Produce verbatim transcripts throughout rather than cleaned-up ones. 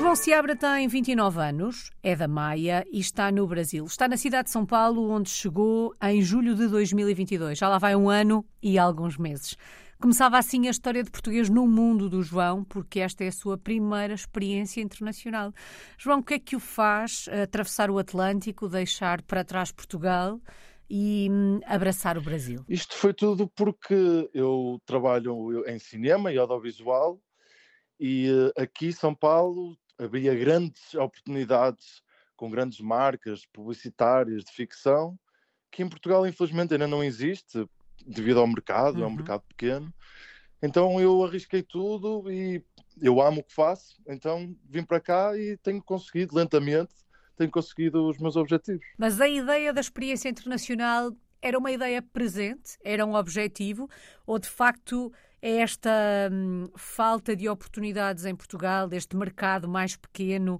João Seabra tem vinte e nove anos, é da Maia e está no Brasil. Está na cidade de São Paulo, onde chegou em julho de dois mil e vinte e dois. Já lá vai um ano e alguns meses. Começava assim a história de português no mundo do João, porque esta é a sua primeira experiência internacional. João, o que é que o faz atravessar o Atlântico, deixar para trás Portugal e hum, abraçar o Brasil? Isto foi tudo porque eu trabalho em cinema e audiovisual e aqui em São Paulo havia grandes oportunidades com grandes marcas publicitárias de ficção que em Portugal infelizmente ainda não existe devido ao mercado, uhum. É um mercado pequeno. Então eu arrisquei tudo e eu amo o que faço, então vim para cá e tenho conseguido lentamente, tenho conseguido os meus objetivos. Mas a ideia da experiência internacional era uma ideia presente? Era um objetivo? Ou de facto é esta hum, falta de oportunidades em Portugal, deste mercado mais pequeno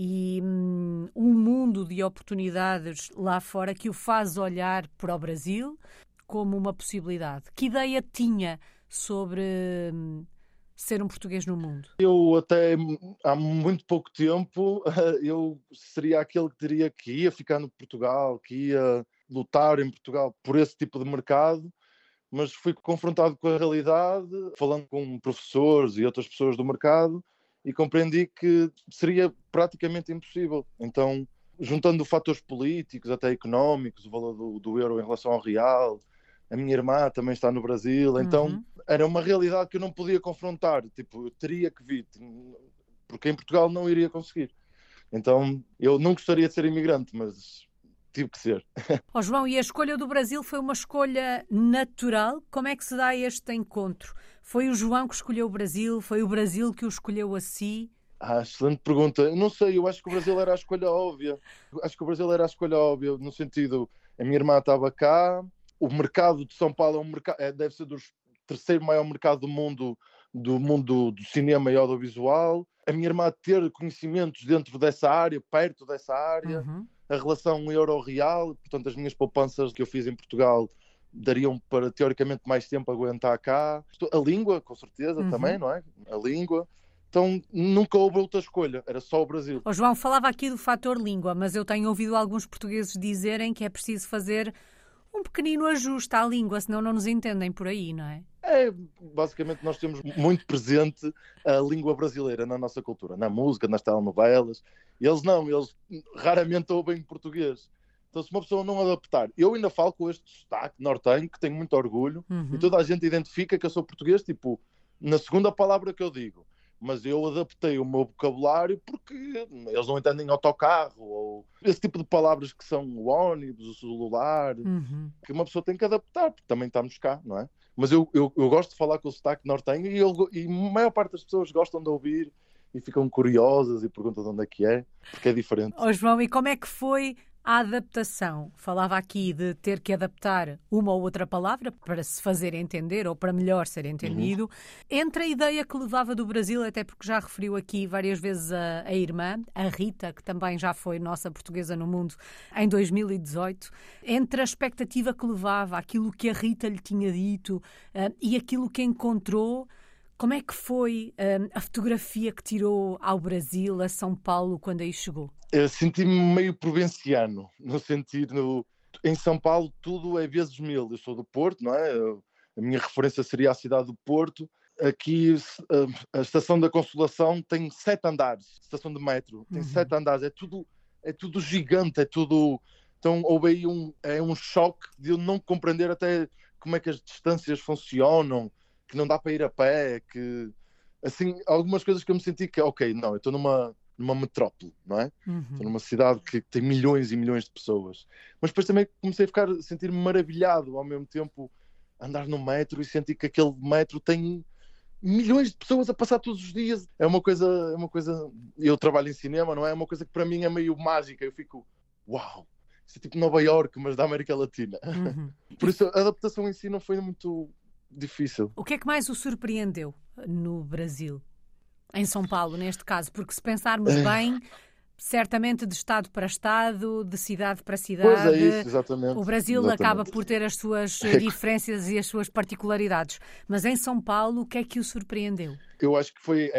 e hum, um mundo de oportunidades lá fora que o faz olhar para o Brasil como uma possibilidade? Que ideia tinha sobre hum, ser um português no mundo? Eu até há muito pouco tempo eu seria aquele que diria que ia ficar no Portugal, que ia lutar em Portugal por esse tipo de mercado, mas fui confrontado com a realidade, falando com professores e outras pessoas do mercado, e compreendi que seria praticamente impossível. Então, juntando fatores políticos, até económicos, o valor do, do euro em relação ao real, a minha irmã também está no Brasil, então uhum. Era uma realidade que eu não podia confrontar, tipo, eu teria que vir, porque em Portugal não iria conseguir. Então, eu não gostaria de ser imigrante, mas tive que ser. Oh, João, e a escolha do Brasil foi uma escolha natural? Como é que se dá este encontro? Foi o João que escolheu o Brasil? Foi o Brasil que o escolheu a si? Ah, excelente pergunta. Eu não sei, eu acho que o Brasil era a escolha óbvia. Eu acho que o Brasil era a escolha óbvia, no sentido, a minha irmã estava cá, o mercado de São Paulo é um mercado, é, deve ser dos terceiro maior mercado do mundo, do mundo do cinema e audiovisual. A minha irmã ter conhecimentos dentro dessa área, perto dessa área, uhum. A relação euro-real, portanto as minhas poupanças que eu fiz em Portugal dariam para, teoricamente, mais tempo aguentar cá. A língua, com certeza, uhum. Também, não é? A língua. Então, nunca houve outra escolha, era só o Brasil. O João falava aqui do fator língua, mas eu tenho ouvido alguns portugueses dizerem que é preciso fazer um pequenino ajuste à língua, senão não nos entendem por aí, não é? É, basicamente nós temos muito presente a língua brasileira na nossa cultura, na música, nas telenovelas. Eles não, eles raramente ouvem português. Então se uma pessoa não adaptar, eu ainda falo com este sotaque nortenho, que tenho muito orgulho, uhum. E toda a gente identifica que eu sou português, tipo, na segunda palavra que eu digo. Mas eu adaptei o meu vocabulário porque eles não entendem autocarro ou esse tipo de palavras que são o ônibus, o celular, uhum. Que uma pessoa tem que adaptar, porque também estamos cá, não é? Mas eu, eu, eu gosto de falar com o sotaque nortenho e, eu, e a maior parte das pessoas gostam de ouvir e ficam curiosas e perguntam de onde é que é, porque é diferente. Oh, João, e como é que foi a adaptação? Falava aqui de ter que adaptar uma ou outra palavra para se fazer entender ou para melhor ser entendido. Uhum. Entre a ideia que levava do Brasil, até porque já referiu aqui várias vezes a, a irmã, a Rita, que também já foi nossa portuguesa no mundo em dois mil e dezoito, entre a expectativa que levava, aquilo que a Rita lhe tinha dito uh, e aquilo que encontrou, como é que foi uh, a fotografia que tirou ao Brasil, a São Paulo, quando aí chegou? Eu senti-me meio provinciano, no sentido, em São Paulo tudo é vezes mil. Eu sou do Porto, não é? Eu, a minha referência seria a cidade do Porto. Aqui a, a Estação da Consolação tem sete andares, estação de metro, tem uhum. sete andares, é tudo, é tudo gigante, é tudo... Então houve aí um, é um choque de eu não compreender até como é que as distâncias funcionam, que não dá para ir a pé, que... Assim, algumas coisas que eu me senti que, ok, não, eu estou numa... numa metrópole, não é? Uhum. Estou numa cidade que tem milhões e milhões de pessoas. Mas depois também comecei a ficar, a sentir-me maravilhado ao mesmo tempo, andar no metro e sentir que aquele metro tem milhões de pessoas a passar todos os dias. É uma coisa, é uma coisa... Eu trabalho em cinema, não é? É uma coisa que para mim é meio mágica. Eu fico, uau! Isso é tipo Nova Iorque, mas da América Latina. Uhum. Por isso a adaptação em si não foi muito difícil. O que é que mais o surpreendeu no Brasil? Em São Paulo, neste caso, porque se pensarmos bem, certamente de estado para estado, de cidade para cidade, pois é isso, exatamente, o Brasil exatamente. Acaba por ter as suas diferenças e as suas particularidades. Mas em São Paulo, o que é que o surpreendeu? Eu acho que foi é,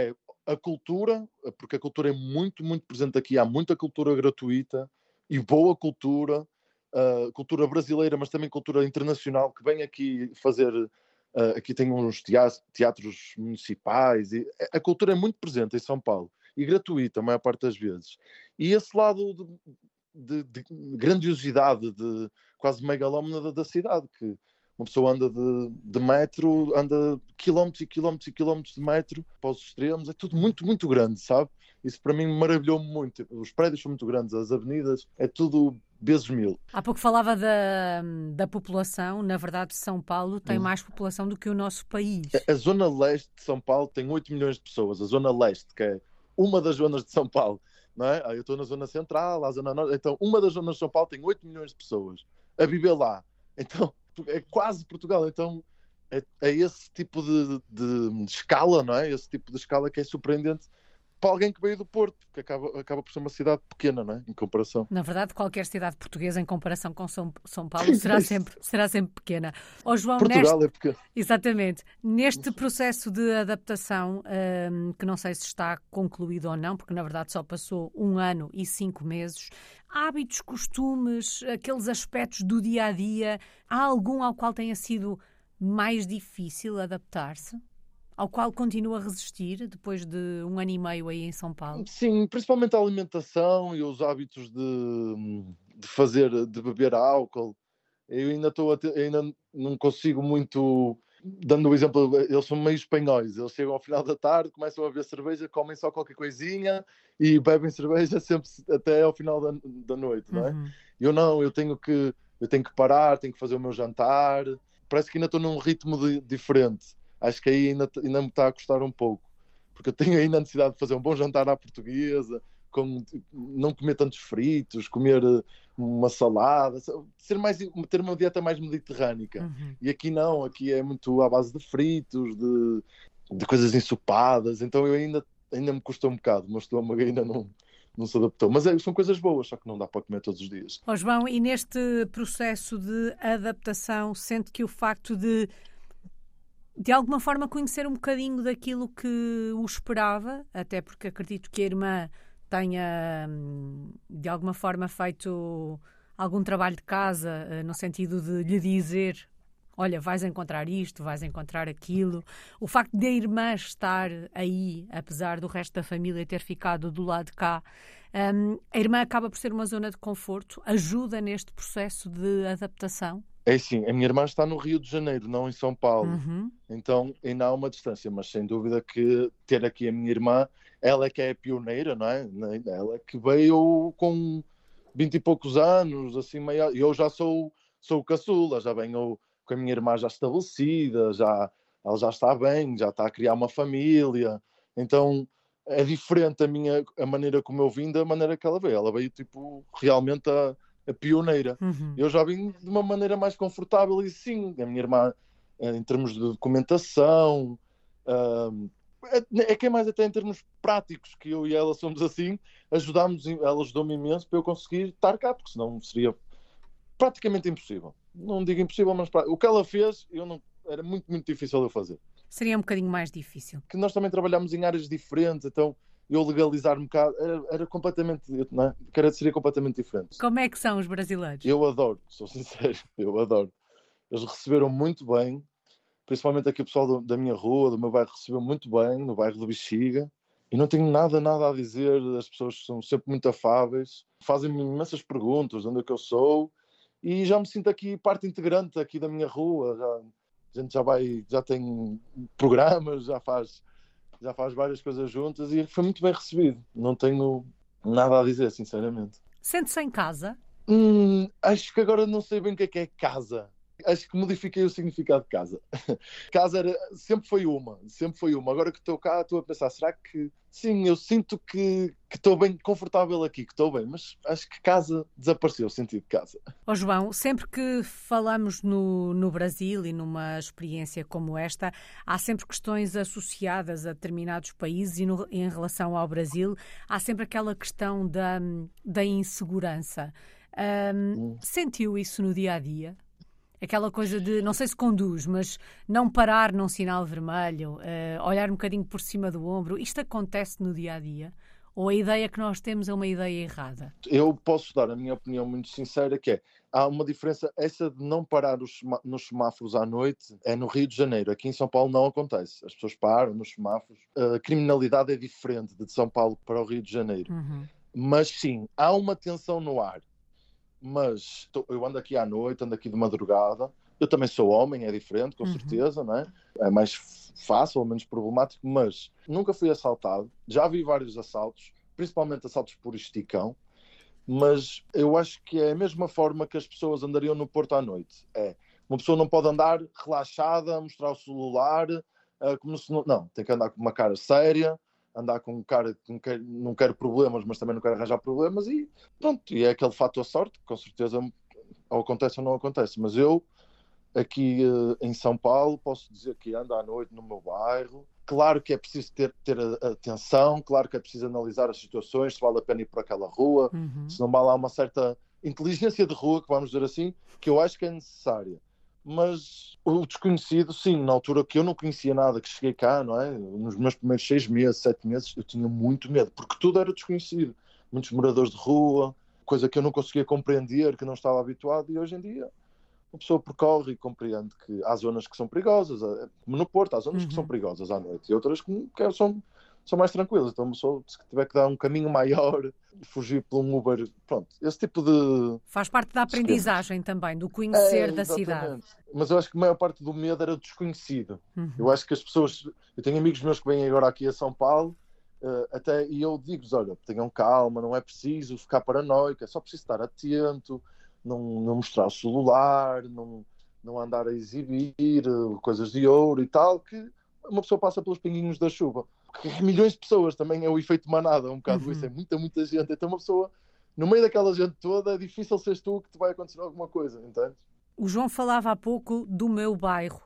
a cultura, porque a cultura é muito, muito presente aqui. Há muita cultura gratuita e boa cultura, uh, cultura brasileira, mas também cultura internacional, que vem aqui fazer... Uh, aqui tem uns teatros municipais. E a cultura é muito presente em São Paulo e gratuita, a maior parte das vezes. E esse lado de, de, de grandiosidade, de quase megalómana da, da cidade, que uma pessoa anda de, de metro, anda quilómetros e quilómetros e quilómetros de metro para os extremos, é tudo muito, muito grande, sabe? Isso para mim maravilhou-me muito. Os prédios são muito grandes, as avenidas, é tudo vezes mil. Há pouco falava da, da população. Na verdade, São Paulo tem Hum. mais população do que o nosso país. A, a zona leste de São Paulo tem oito milhões de pessoas. A zona leste, que é uma das zonas de São Paulo, não é? Eu estou na zona central, a zona norte. Então, uma das zonas de São Paulo tem oito milhões de pessoas a viver lá. Então, é quase Portugal. Então, é, é esse tipo de, de escala, não é? Esse tipo de escala que é surpreendente para alguém que veio do Porto, que acaba, acaba por ser uma cidade pequena, não é? Em comparação. Na verdade, qualquer cidade portuguesa em comparação com São, São Paulo será sempre, será sempre pequena. Oh, João, Portugal neste... é pequeno. Exatamente. Neste processo de adaptação, um, que não sei se está concluído ou não, porque na verdade só passou um ano e cinco meses, hábitos, costumes, aqueles aspectos do dia-a-dia, há algum ao qual tenha sido mais difícil adaptar-se? Ao qual continua a resistir depois de um ano e meio aí em São Paulo? Sim, principalmente a alimentação e os hábitos de, de fazer, de beber álcool. Eu ainda estou, ainda não consigo muito, dando o exemplo, eles são meio espanhóis, eles chegam ao final da tarde, começam a beber cerveja, comem só qualquer coisinha e bebem cerveja sempre até ao final da, da noite, não é? Uhum. Eu não, eu tenho que, eu tenho que parar, tenho que fazer o meu jantar, parece que ainda estou num ritmo de, diferente. Acho que aí ainda, ainda me está a custar um pouco, porque eu tenho ainda a necessidade de fazer um bom jantar à portuguesa, com, não comer tantos fritos, comer uma salada, ser mais, ter uma dieta mais mediterrânica. Uhum. E aqui não, aqui é muito à base de fritos, de, de coisas ensopadas, então eu ainda, ainda me custa um bocado, o meu estômago ainda não, não se adaptou. Mas é, são coisas boas, só que não dá para comer todos os dias. Oh, João, e neste processo de adaptação, sente que o facto de de alguma forma conhecer um bocadinho daquilo que o esperava, até porque acredito que a irmã tenha de alguma forma feito algum trabalho de casa, no sentido de lhe dizer: olha, vais encontrar isto, vais encontrar aquilo. O facto de a irmã estar aí, apesar do resto da família ter ficado do lado de cá, um, a irmã acaba por ser uma zona de conforto, ajuda neste processo de adaptação? É assim, a minha irmã está no Rio de Janeiro, não em São Paulo. Uhum. Então ainda há uma distância, mas sem dúvida que ter aqui a minha irmã, ela é que é a pioneira, não é? Ela que veio com vinte e poucos anos, assim, meio... eu já sou, sou o caçula, já venho com a minha irmã já estabelecida, já, ela já está bem, já está a criar uma família. Então é diferente a, minha, a maneira como eu vim da maneira que ela veio. Ela veio, tipo, realmente a... a pioneira. Uhum. Eu já vim de uma maneira mais confortável e sim, a minha irmã, em termos de documentação, é quem mais até em termos práticos, que eu e ela somos assim, ajudámos, ela ajudou-me imenso para eu conseguir estar cá, porque senão seria praticamente impossível. Não digo impossível, mas o que ela fez, eu não, era muito, muito difícil eu fazer. Seria um bocadinho mais difícil. Que nós também trabalhamos em áreas diferentes, então eu legalizar-me cá era, era completamente, não é? Era, seria completamente diferente. Como é que são os brasileiros? Eu adoro, sou sincero, eu adoro. Eles receberam muito bem, principalmente aqui o pessoal do, da minha rua, do meu bairro, recebeu muito bem, no bairro do Bexiga. E não tenho nada, nada a dizer, as pessoas são sempre muito afáveis, fazem-me imensas perguntas de onde é que eu sou, e já me sinto aqui parte integrante aqui da minha rua, já, a gente já vai, já tem programas, já faz... já faz várias coisas juntas e foi muito bem recebido. Não tenho nada a dizer, sinceramente. Sente-se em casa? Hum, acho que agora não sei bem o que é que é casa. Acho que modifiquei o significado de casa. Casa era, sempre foi uma, sempre foi uma. Agora que estou cá, estou a pensar, será que... Sim, eu sinto que, que estou bem confortável aqui, que estou bem, mas acho que casa desapareceu, o sentido de casa. Ó João, sempre que falamos no, no Brasil e numa experiência como esta, há sempre questões associadas a determinados países e no, em relação ao Brasil, há sempre aquela questão da, da insegurança. Um, hum. Sentiu isso no dia-a-dia? aquela coisa de, não sei se conduz, mas não parar num sinal vermelho, uh, olhar um bocadinho por cima do ombro, isto acontece no dia-a-dia? Ou a ideia que nós temos é uma ideia errada? Eu posso dar a minha opinião muito sincera, que é, há uma diferença, essa de não parar os semá- nos semáforos à noite é no Rio de Janeiro. Aqui em São Paulo não acontece. As pessoas param nos semáforos. A criminalidade é diferente de São Paulo para o Rio de Janeiro. Uhum. Mas sim, há uma tensão no ar. Mas tô- eu ando aqui à noite, ando aqui de madrugada. Eu também sou homem, é diferente, com Uhum. certeza, não é? É mais f- fácil ou menos problemático, mas nunca fui assaltado. Já vi vários assaltos, principalmente assaltos por esticão, mas eu acho que é a mesma forma que as pessoas andariam no Porto à noite. É, uma pessoa não pode andar relaxada, mostrar o celular, uh, como se não... Não, tem que andar com uma cara séria, andar com um cara que não quer, não quer problemas, mas também não quer arranjar problemas e pronto. E é aquele fator sorte, que com certeza ou acontece ou não acontece. Mas eu, aqui uh, em São Paulo, posso dizer que ando à noite no meu bairro. Claro que é preciso ter, ter atenção, claro que é preciso analisar as situações, se vale a pena ir por aquela rua, Uhum. se não vale lá uma certa inteligência de rua, que vamos dizer assim, que eu acho que é necessária. Mas o desconhecido, sim, na altura que eu não conhecia nada, que cheguei cá, não é? Nos meus primeiros seis meses, sete meses, eu tinha muito medo, porque tudo era desconhecido. Muitos moradores de rua, coisa que eu não conseguia compreender, que não estava habituado, e hoje em dia uma pessoa percorre e compreende que há zonas que são perigosas, como no Porto, há zonas Uhum. que são perigosas à noite e outras que são, são mais tranquilas. Então, uma pessoa, se tiver que dar um caminho maior, fugir por um Uber, pronto, esse tipo de. Faz parte da de esquemas. aprendizagem também, do É, conhecer da cidade. exatamente. Mas eu acho que a maior parte do medo era o desconhecido. Uhum. Eu acho que as pessoas. Eu tenho amigos meus que vêm agora aqui a São Paulo. Uh, até, e eu digo-lhes, olha, tenham calma, não é preciso ficar paranoico, é só preciso estar atento, não, não mostrar o celular, não, não andar a exibir uh, coisas de ouro e tal, que uma pessoa passa pelos pinguinhos da chuva. Porque milhões de pessoas também é o efeito manada, um bocado Uhum. isso, é muita, muita gente. Então uma pessoa, no meio daquela gente toda, é difícil seres tu que te vai acontecer alguma coisa, entende? O João falava há pouco do meu bairro.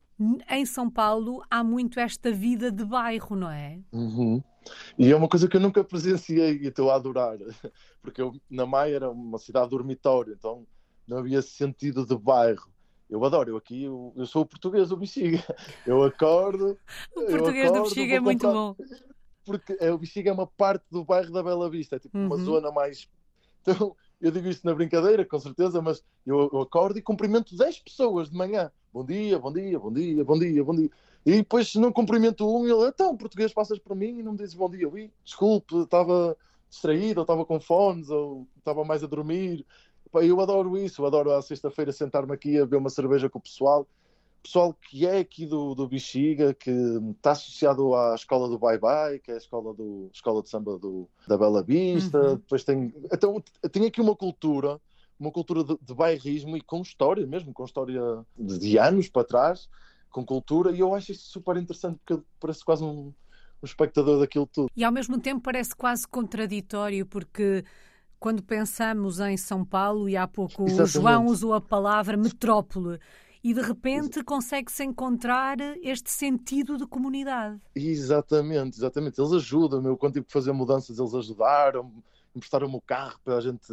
Em São Paulo há muito esta vida de bairro, não é? Uhum. E é uma coisa que eu nunca presenciei e estou a adorar, porque eu, na Maia era uma cidade dormitório, então não havia sentido de bairro. Eu adoro, eu aqui, eu, eu sou o português do Bexiga. Eu acordo, O eu português do acordo, Bexiga é vou muito comprar, bom. porque é, o Bexiga é uma parte do bairro da Bela Vista, é tipo uma Uhum. zona mais... Então, eu digo isto na brincadeira, com certeza, mas eu, eu acordo e cumprimento dez pessoas de manhã. Bom dia, bom dia, bom dia, bom dia, bom dia. E depois, se não cumprimento um, ele, então, português, passas por mim e não me dizes bom dia. Eu, desculpe, estava distraído, ou estava com fones, ou estava mais a dormir. Pá, eu adoro isso, eu adoro à sexta-feira sentar-me aqui a beber uma cerveja com o pessoal. Pessoal que é aqui do, do Bexiga, que está associado à escola do Bye Bye, que é a escola, do, escola de samba do, da Bela Vista. Uhum. Depois tem, então, tem aqui uma cultura, uma cultura de, de bairrismo e com história mesmo, com história de, de anos para trás, com cultura, e eu acho isso super interessante, porque parece quase um, um espectador daquilo tudo. E ao mesmo tempo parece quase contraditório, porque quando pensamos em São Paulo, e há pouco o João Exatamente. usou a palavra metrópole, e de repente consegue-se encontrar este sentido de comunidade. Exatamente, exatamente. Eles ajudam, eu quando tive que fazer mudanças, eles ajudaram, emprestaram-me o carro para a gente.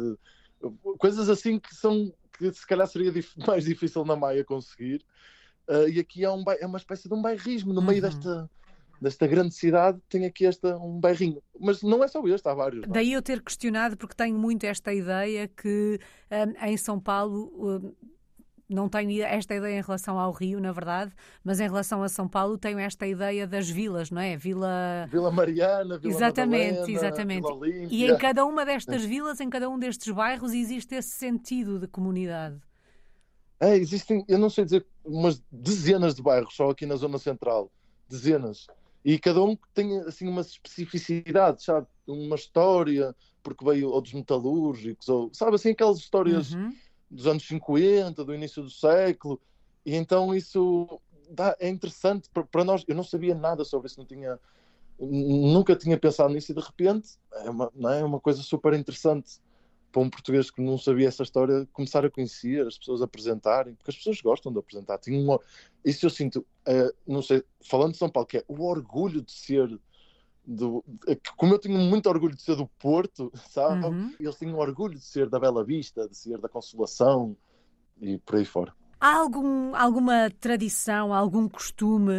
Coisas assim que são que se calhar seria dif... mais difícil na Maia conseguir. Uh, e aqui é, um ba... é uma espécie de um bairrismo no meio Uhum. desta, desta grande cidade, tem aqui esta, um bairrinho. Mas não é só este, há vários. Não? Daí eu ter questionado, porque tenho muito esta ideia que um, em São Paulo. Um, não tenho esta ideia em relação ao Rio, na verdade, mas em relação a São Paulo tenho esta ideia das vilas, não é? Vila... Vila Mariana, Vila Exatamente, Madalena, exatamente. Vila Olímpia. E em cada uma destas vilas, em cada um destes bairros, existe esse sentido de comunidade. É, existem, eu não sei dizer, umas dezenas de bairros só aqui na zona central. Dezenas. E cada um tem assim umas especificidades, sabe? Uma história, porque veio ou dos metalúrgicos, ou sabe assim, aquelas histórias... Uhum. dos anos cinquenta, do início do século, e então isso dá, é interessante para nós. Eu não sabia nada sobre isso, não tinha, nunca tinha pensado nisso, e de repente é uma, não é? uma coisa super interessante para um português que não sabia essa história começar a conhecer, as pessoas apresentarem, porque as pessoas gostam de apresentar. Tinha uma, isso eu sinto, é, não sei, falando de São Paulo, que é o orgulho de ser... Do, como eu tenho muito orgulho de ser do Porto, sabe? Uhum. Eles tinham orgulho de ser da Bela Vista, de ser da Consolação e por aí fora. Há algum, alguma tradição, algum costume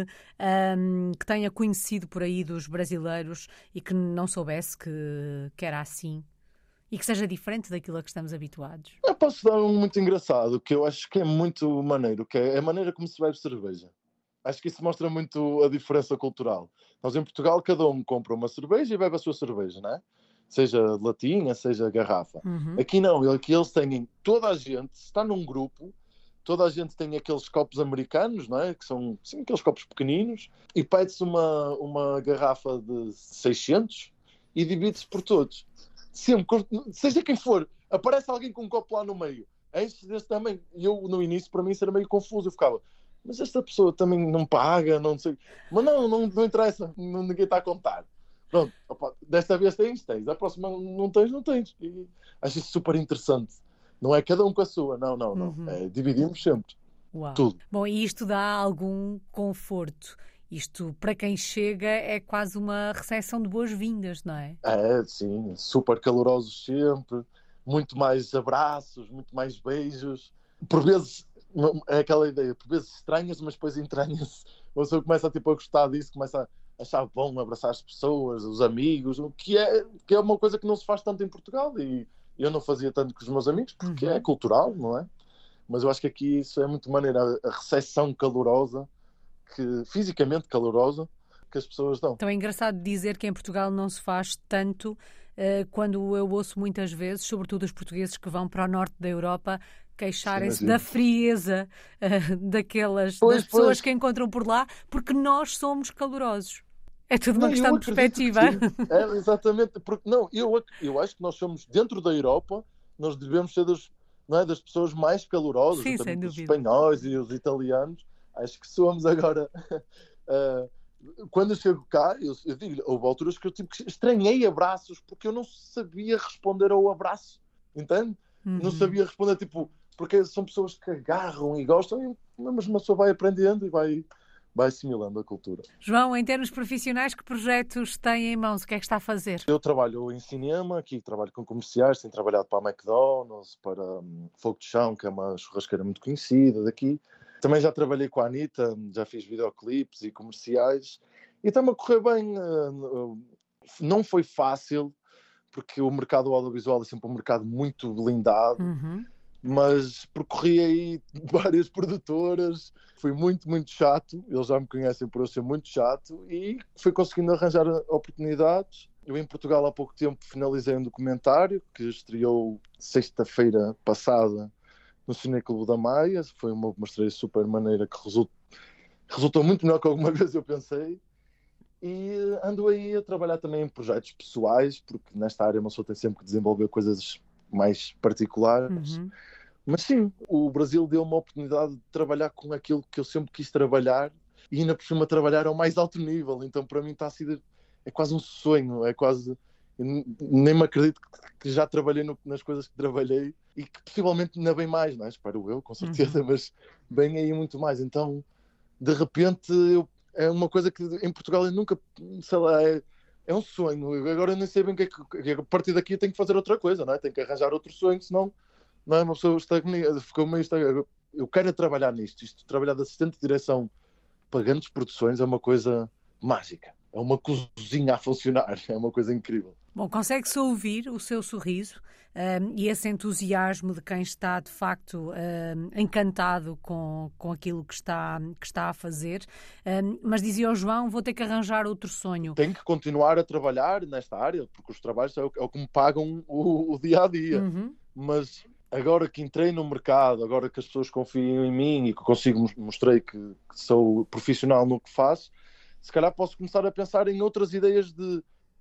um, que tenha conhecido por aí dos brasileiros e que não soubesse que, que era assim? E que seja diferente daquilo a que estamos habituados? Eu posso dar um muito engraçado, que eu acho que é muito maneiro, que é a maneira como se bebe cerveja. Acho que isso mostra muito a diferença cultural. Nós em Portugal, cada um compra uma cerveja e bebe a sua cerveja, não é? Seja latinha, seja garrafa. Uhum. Aqui não, aqui eles têm, toda a gente, se está num grupo, toda a gente tem aqueles copos americanos, não é? Que são, sim, aqueles copos pequeninos, e pede-se uma, uma garrafa de seiscentos e divide-se por todos. Sempre, seja quem for, aparece alguém com um copo lá no meio, enche desse tamanho. E eu, no início, para mim, isso era meio confuso. Eu ficava, mas esta pessoa também não paga, não sei. Mas não, não, não interessa, não, ninguém está a contar. Pronto, opa, desta vez tens, tens. A próxima não tens, não tens. E acho isso super interessante. Não é cada um com a sua, não, não, não. Uhum. É, dividimos sempre. Uau. Tudo. Bom, e isto dá algum conforto. Isto, para quem chega, é quase uma recepção de boas-vindas, não é? É, sim, super calorosos sempre, muito mais abraços, muito mais beijos. Por vezes, é aquela ideia, por vezes estranhas, mas depois entranha-se. A pessoa começa tipo, a gostar disso, começa a achar bom abraçar as pessoas, os amigos, o que é, que é uma coisa que não se faz tanto em Portugal. E eu não fazia tanto com os meus amigos, porque Uhum. é cultural, não é? Mas eu acho que aqui isso é muito maneiro, a, a recepção calorosa, que, fisicamente calorosa, que as pessoas dão. Então é engraçado dizer que em Portugal não se faz tanto uh, quando eu ouço muitas vezes, sobretudo os portugueses que vão para o norte da Europa, queixarem-se da frieza uh, daquelas, pois, das pessoas pois. que encontram por lá, porque nós somos calorosos. É tudo uma não, questão de perspectiva. É, exatamente, porque não, eu, eu acho que nós somos, dentro da Europa, nós devemos ser dos, não é, das pessoas mais calorosas, Sim, também sem os dúvida. espanhóis e os italianos. Acho que somos agora. uh, quando eu chego cá, eu, eu digo, houve alturas que eu tipo, estranhei abraços porque eu não sabia responder ao abraço, entende? Uhum. Não sabia responder, tipo, porque são pessoas que agarram e gostam, mas uma pessoa vai aprendendo e vai, vai assimilando a cultura. João, em termos profissionais, que projetos tem em mãos? O que é que está a fazer? Eu trabalho em cinema, aqui trabalho com comerciais, tenho trabalhado para a McDonald's, para um, Fogo de Chão, que é uma churrasqueira muito conhecida daqui. Também já trabalhei com a Anitta, já fiz videoclipes e comerciais. E está-me a correr bem. Não foi fácil, porque o mercado audiovisual é sempre um mercado muito blindado. Uhum. Mas percorri aí várias produtoras, foi muito, muito chato, eles já me conhecem por eu ser muito chato, e fui conseguindo arranjar oportunidades. Eu em Portugal há pouco tempo finalizei um documentário que estreou sexta-feira passada no Cineclube da Maia, foi uma mostreira super maneira que resultou, resultou muito melhor que alguma vez eu pensei. E ando aí a trabalhar também em projetos pessoais, porque nesta área uma pessoa tem sempre que desenvolver coisas mais particulares. Uhum. Mas sim, o Brasil deu uma oportunidade de trabalhar com aquilo que eu sempre quis trabalhar e ainda por cima trabalhar ao mais alto nível. Então para mim está a ser, é quase um sonho, é quase, nem me acredito que já trabalhei no, nas coisas que trabalhei e que possivelmente ainda bem mais, não é? Espero eu, com certeza, uhum. Mas bem aí muito mais. Então de repente eu, é uma coisa que em Portugal eu nunca, sei lá, é, é um sonho. Agora eu nem sei bem o que é que, a partir daqui eu tenho que fazer outra coisa, não é? Tenho que arranjar outro sonho, senão não é uma pessoa estagna, ficou meio estagna. Eu quero é trabalhar nisto. Isto, trabalhar de assistente de direção para grandes produções é uma coisa mágica. É uma cozinha a funcionar. É uma coisa incrível. Bom, consegue-se ouvir o seu sorriso um, e esse entusiasmo de quem está, de facto, um, encantado com, com aquilo que está, que está a fazer. Um, mas dizia ao João, vou ter que arranjar outro sonho. Tenho que continuar a trabalhar nesta área, porque os trabalhos é o, é o que me pagam o, o dia a dia. Uhum. Mas agora que entrei no mercado, agora que as pessoas confiam em mim e que consigo mostrei que, que sou profissional no que faço, se calhar posso começar a pensar em outras ideias de,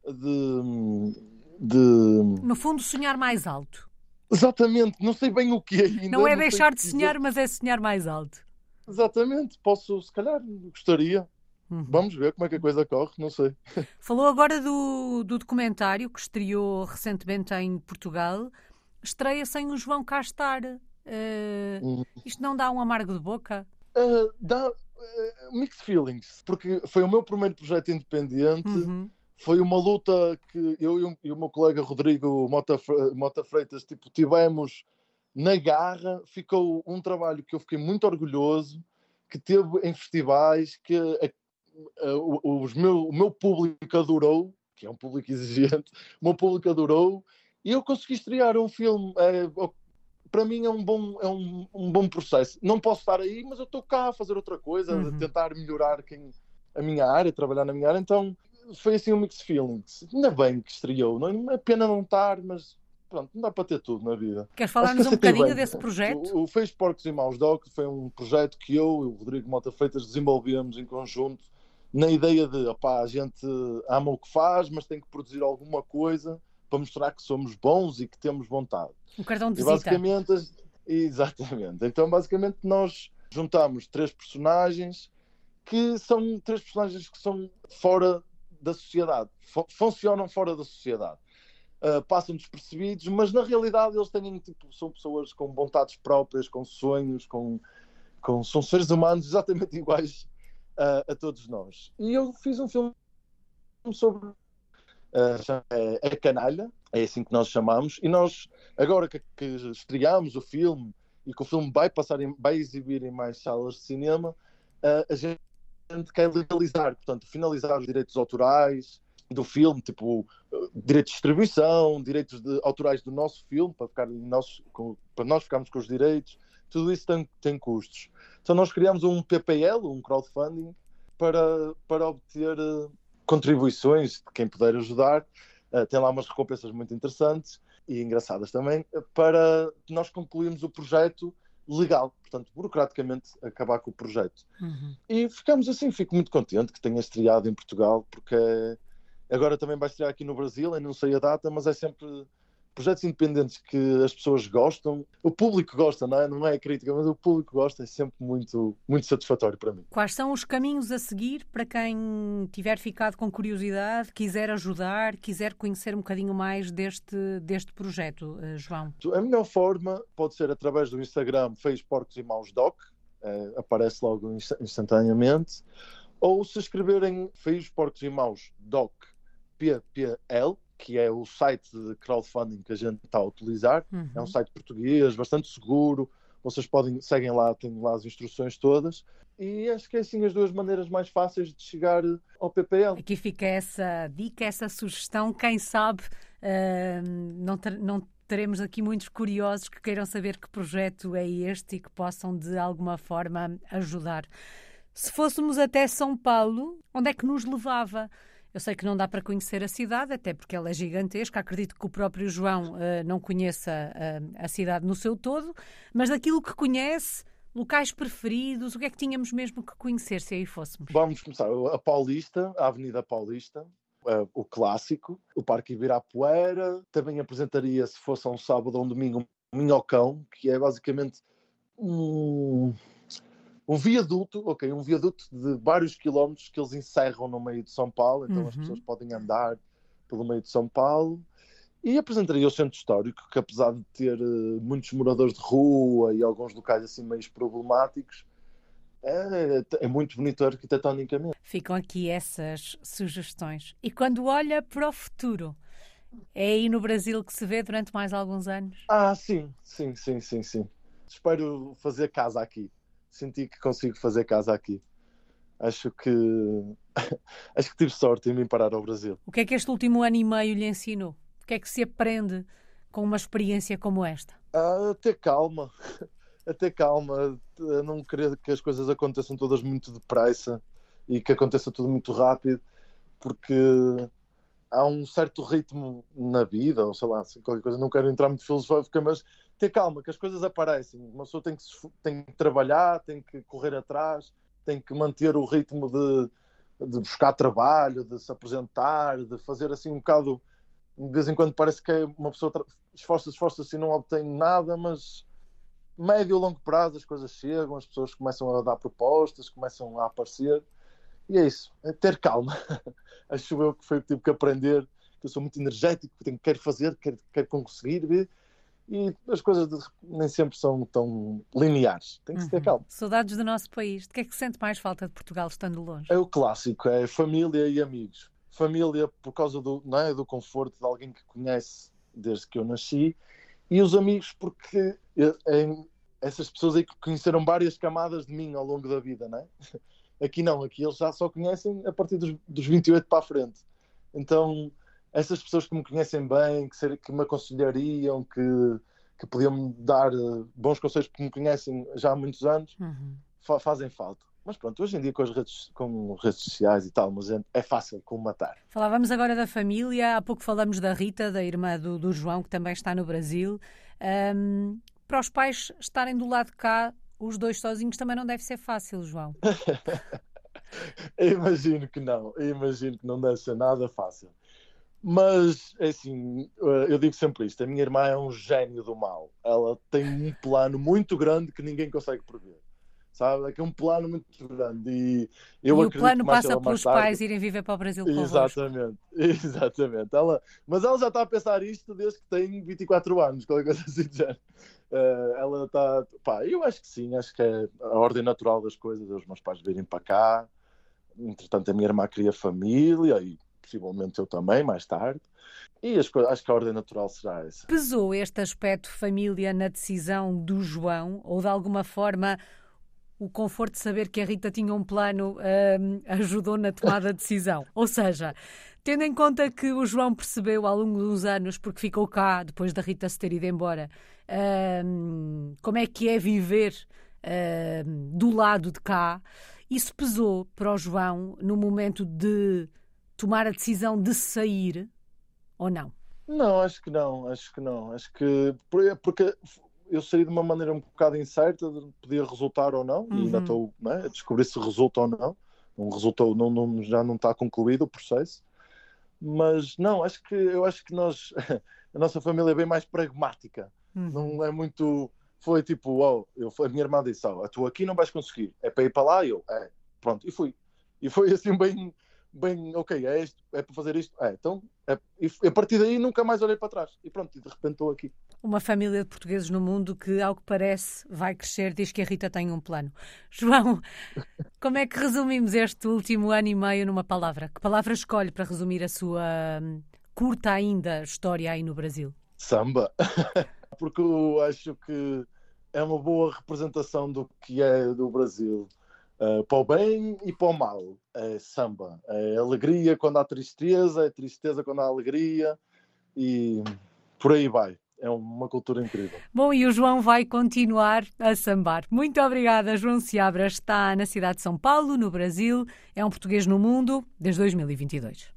de, de... No fundo, sonhar mais alto. Exatamente, não sei bem o que ainda. Não é não deixar sei... de sonhar, mas é sonhar mais alto. Exatamente, posso, se calhar, gostaria. Uhum. Vamos ver como é que a coisa corre, não sei. Falou agora do, do documentário que estreou recentemente em Portugal. Estreia sem o João cá estar. Uh, hum. Isto não dá um amargo de boca? Uh, dá uh, mixed feelings, porque foi o meu primeiro projeto independente. Uhum. Foi uma luta que eu e o, e o meu colega Rodrigo Mota, Mota Freitas tipo, tivemos na garra, ficou um trabalho que eu fiquei muito orgulhoso, que teve em festivais, que a, a, o, os meu, o meu público adorou, que é um público exigente, o meu público adorou, e eu consegui estrear um filme. É, para mim é um bom, é um, um bom processo. Não posso estar aí, mas eu estou cá a fazer outra coisa, Uhum. a tentar melhorar quem, a minha área, trabalhar na minha área. Então foi assim um mix feelings. Ainda bem que estreou. Não é pena não estar, mas pronto, não dá para ter tudo na vida. Queres falar-nos um bocadinho desse projeto? O, o Fez Porcos e Maus Doc foi um projeto que eu e o Rodrigo Mota Freitas desenvolvemos em conjunto, na ideia de, opá, a gente ama o que faz, mas tem que produzir alguma coisa para mostrar que somos bons e que temos vontade. Um cartão de e visita. Basicamente, exatamente. Então, basicamente, nós juntamos três personagens que são três personagens que são fora da sociedade, funcionam fora da sociedade. Uh, passam despercebidos, mas na realidade eles têm, tipo, são pessoas com vontades próprias, com sonhos, com, com, são seres humanos exatamente iguais uh, a todos nós. E eu fiz um filme sobre uh, é, é Canalha, é assim que nós chamamos, e nós, agora que, que estreamos o filme e que o filme vai passar, em, vai exibir em mais salas de cinema, uh, a gente quer legalizar, portanto, finalizar os direitos autorais do filme, tipo direitos de distribuição, direitos de, autorais do nosso filme, para, ficar nosso, com, para nós ficarmos com os direitos, tudo isso tem, tem custos. Então nós criamos um P P L, um crowdfunding, para, para obter uh, contribuições de quem puder ajudar. Uh, tem lá umas recompensas muito interessantes e engraçadas também, para nós concluirmos o projeto legal, portanto, burocraticamente acabar com o projeto. Uhum. E ficamos assim, fico muito contente que tenha estreado em Portugal, porque agora também vai estrear aqui no Brasil, eu não sei a data, mas é sempre projetos independentes que as pessoas gostam, o público gosta, não é, não é a crítica, mas o público gosta, é sempre muito, muito satisfatório para mim. Quais são os caminhos a seguir para quem tiver ficado com curiosidade, quiser ajudar, quiser conhecer um bocadinho mais deste, deste projeto, João? A melhor forma pode ser através do Instagram Fez Porcos e Maus Doc, é, aparece logo instantaneamente, ou se escreverem Fez Porcos e Maus Doc P P L, que é o site de crowdfunding que a gente está a utilizar. Uhum. É um site português, bastante seguro. Vocês podem, seguem lá, têm lá as instruções todas. E acho que é assim as duas maneiras mais fáceis de chegar ao P P L. Aqui fica essa dica, essa sugestão. Quem sabe uh, não, ter, não teremos aqui muitos curiosos que queiram saber que projeto é este e que possam de alguma forma ajudar. Se fôssemos até São Paulo, onde é que nos levava? Eu sei que não dá para conhecer a cidade, até porque ela é gigantesca. Acredito que o próprio João uh, não conheça uh, a cidade no seu todo, mas daquilo que conhece, locais preferidos, o que é que tínhamos mesmo que conhecer se aí fôssemos? Vamos começar. A Paulista, a Avenida Paulista, uh, o clássico, o Parque Ibirapuera. Também apresentaria, se fosse um sábado ou um domingo, um Minhocão, que é basicamente um... Um viaduto, ok, um viaduto de vários quilómetros que eles encerram no meio de São Paulo, então uhum. as pessoas podem andar pelo meio de São Paulo. E apresentaria o centro histórico, que apesar de ter uh, muitos moradores de rua e alguns locais assim meio problemáticos, é, é muito bonito arquitetonicamente. Ficam aqui essas sugestões. E quando olha para o futuro, é aí no Brasil que se vê durante mais alguns anos? Ah, sim, sim, sim, sim, sim. Espero fazer casa aqui. Senti que consigo fazer casa aqui. Acho que acho que tive sorte em me parar ao Brasil. O que é que este último ano e meio lhe ensinou? O que é que se aprende com uma experiência como esta? A ter calma. A ter calma. A não querer que as coisas aconteçam todas muito depressa e que aconteça tudo muito rápido, porque há um certo ritmo na vida, ou sei lá, assim, qualquer coisa. Não quero entrar muito filosófica, mas ter calma, que as coisas aparecem. Uma pessoa tem que, tem que trabalhar, tem que correr atrás, tem que manter o ritmo de, de buscar trabalho, de se apresentar, de fazer assim um bocado... De vez em quando parece que uma pessoa esforça, esforça assim, não obtém nada, mas médio e longo prazo as coisas chegam, as pessoas começam a dar propostas, começam a aparecer. E é isso, é ter calma. Acho eu que foi o que tive que aprender, que eu sou muito energético, tenho, quero fazer, quero, quero conseguir ver. E as coisas de, nem sempre são tão lineares. Tem que se ter calma. Saudades do nosso país. De que é que sente mais falta de Portugal estando longe? É o clássico, é família e amigos. Família por causa do, não é, do conforto de alguém que conhece desde que eu nasci, E os amigos, porque eu, em, essas pessoas aí que conheceram várias camadas de mim ao longo da vida, não é? Aqui não, aqui eles já só conhecem a partir dos, dos vinte e oito para a frente. Então, essas pessoas que me conhecem bem, que, ser, que me aconselhariam, que, que podiam-me dar uh, bons conselhos, porque me conhecem já há muitos anos, Uhum. fa- fazem falta. Mas pronto, hoje em dia com as redes, com redes sociais e tal, mas é, é fácil colmatar. Falávamos agora da família, há pouco falamos da Rita, da irmã do, do João, que também está no Brasil. Ahm, para os pais estarem do lado de cá, os dois sozinhos, também não deve ser fácil, João. Eu imagino que não, eu imagino que não deve ser nada fácil. Mas, é assim, eh, eu digo sempre isto, a minha irmã é um gênio do mal. Ela tem um plano muito grande que ninguém consegue prever. Sabe? É que é um plano muito grande e eu E o acredito plano que mais passa cedo ou mais pelos tarde. pais irem viver para o Brasil convosco. Exatamente, exatamente. Ela, mas ela já está a pensar isto desde que tem vinte e quatro anos, qualquer coisa assim de género. Eh, ela está. Pá, eu acho que sim, acho que é a ordem natural das coisas, é os meus pais virem para cá. Entretanto, a minha irmã cria família e possivelmente eu também, mais tarde. E as coisas, acho que a ordem natural será essa. Pesou este aspecto família na decisão do João? Ou de alguma forma o conforto de saber que a Rita tinha um plano hum, ajudou na tomada de decisão? Ou seja, tendo em conta que o João percebeu ao longo dos anos, porque ficou cá depois da Rita se ter ido embora, hum, como é que é viver hum, do lado de cá, isso pesou para o João no momento de tomar a decisão de sair ou não? Não, acho que não, acho que não. Acho que porque eu saí de uma maneira um bocado incerta, de podia resultar ou não, e ainda Uhum. estou, né, a descobrir se resulta ou não. Não resultou, não, não, já não está concluído o processo. Mas não, acho que eu acho que nós, a nossa família é bem mais pragmática. Uhum. Não é muito. Foi tipo, oh, eu, a minha irmã disse: oh, tu aqui não vais conseguir, é para ir para lá, e eu, é, pronto, e fui. E foi assim, bem, bem, ok, é isto, é para fazer isto, é, então, é, e a partir daí nunca mais olhei para trás, e pronto, e de repente estou aqui. Uma família de portugueses no mundo que, ao que parece, vai crescer, diz que a Rita tem um plano. João, como é que resumimos este último ano e meio numa palavra? Que palavra escolhe para resumir a sua hum, curta ainda história aí no Brasil? Samba, porque eu acho que é uma boa representação do que é do Brasil. Uh, para o bem e para o mal. É samba. É alegria quando há tristeza, é tristeza quando há alegria e por aí vai. É uma cultura incrível. Bom, e o João vai continuar a sambar. Muito obrigada, João Seabra. Está na cidade de São Paulo, no Brasil. É um português no mundo desde dois mil e vinte e dois.